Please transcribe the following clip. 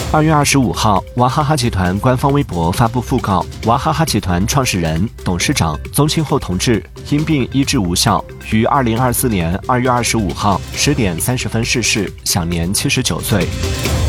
2月25号，娃哈哈集团官方微博发布讣告：娃哈哈集团创始人、董事长宗庆后同志因病医治无效，于2024年2月25号10点30分逝世，享年79岁。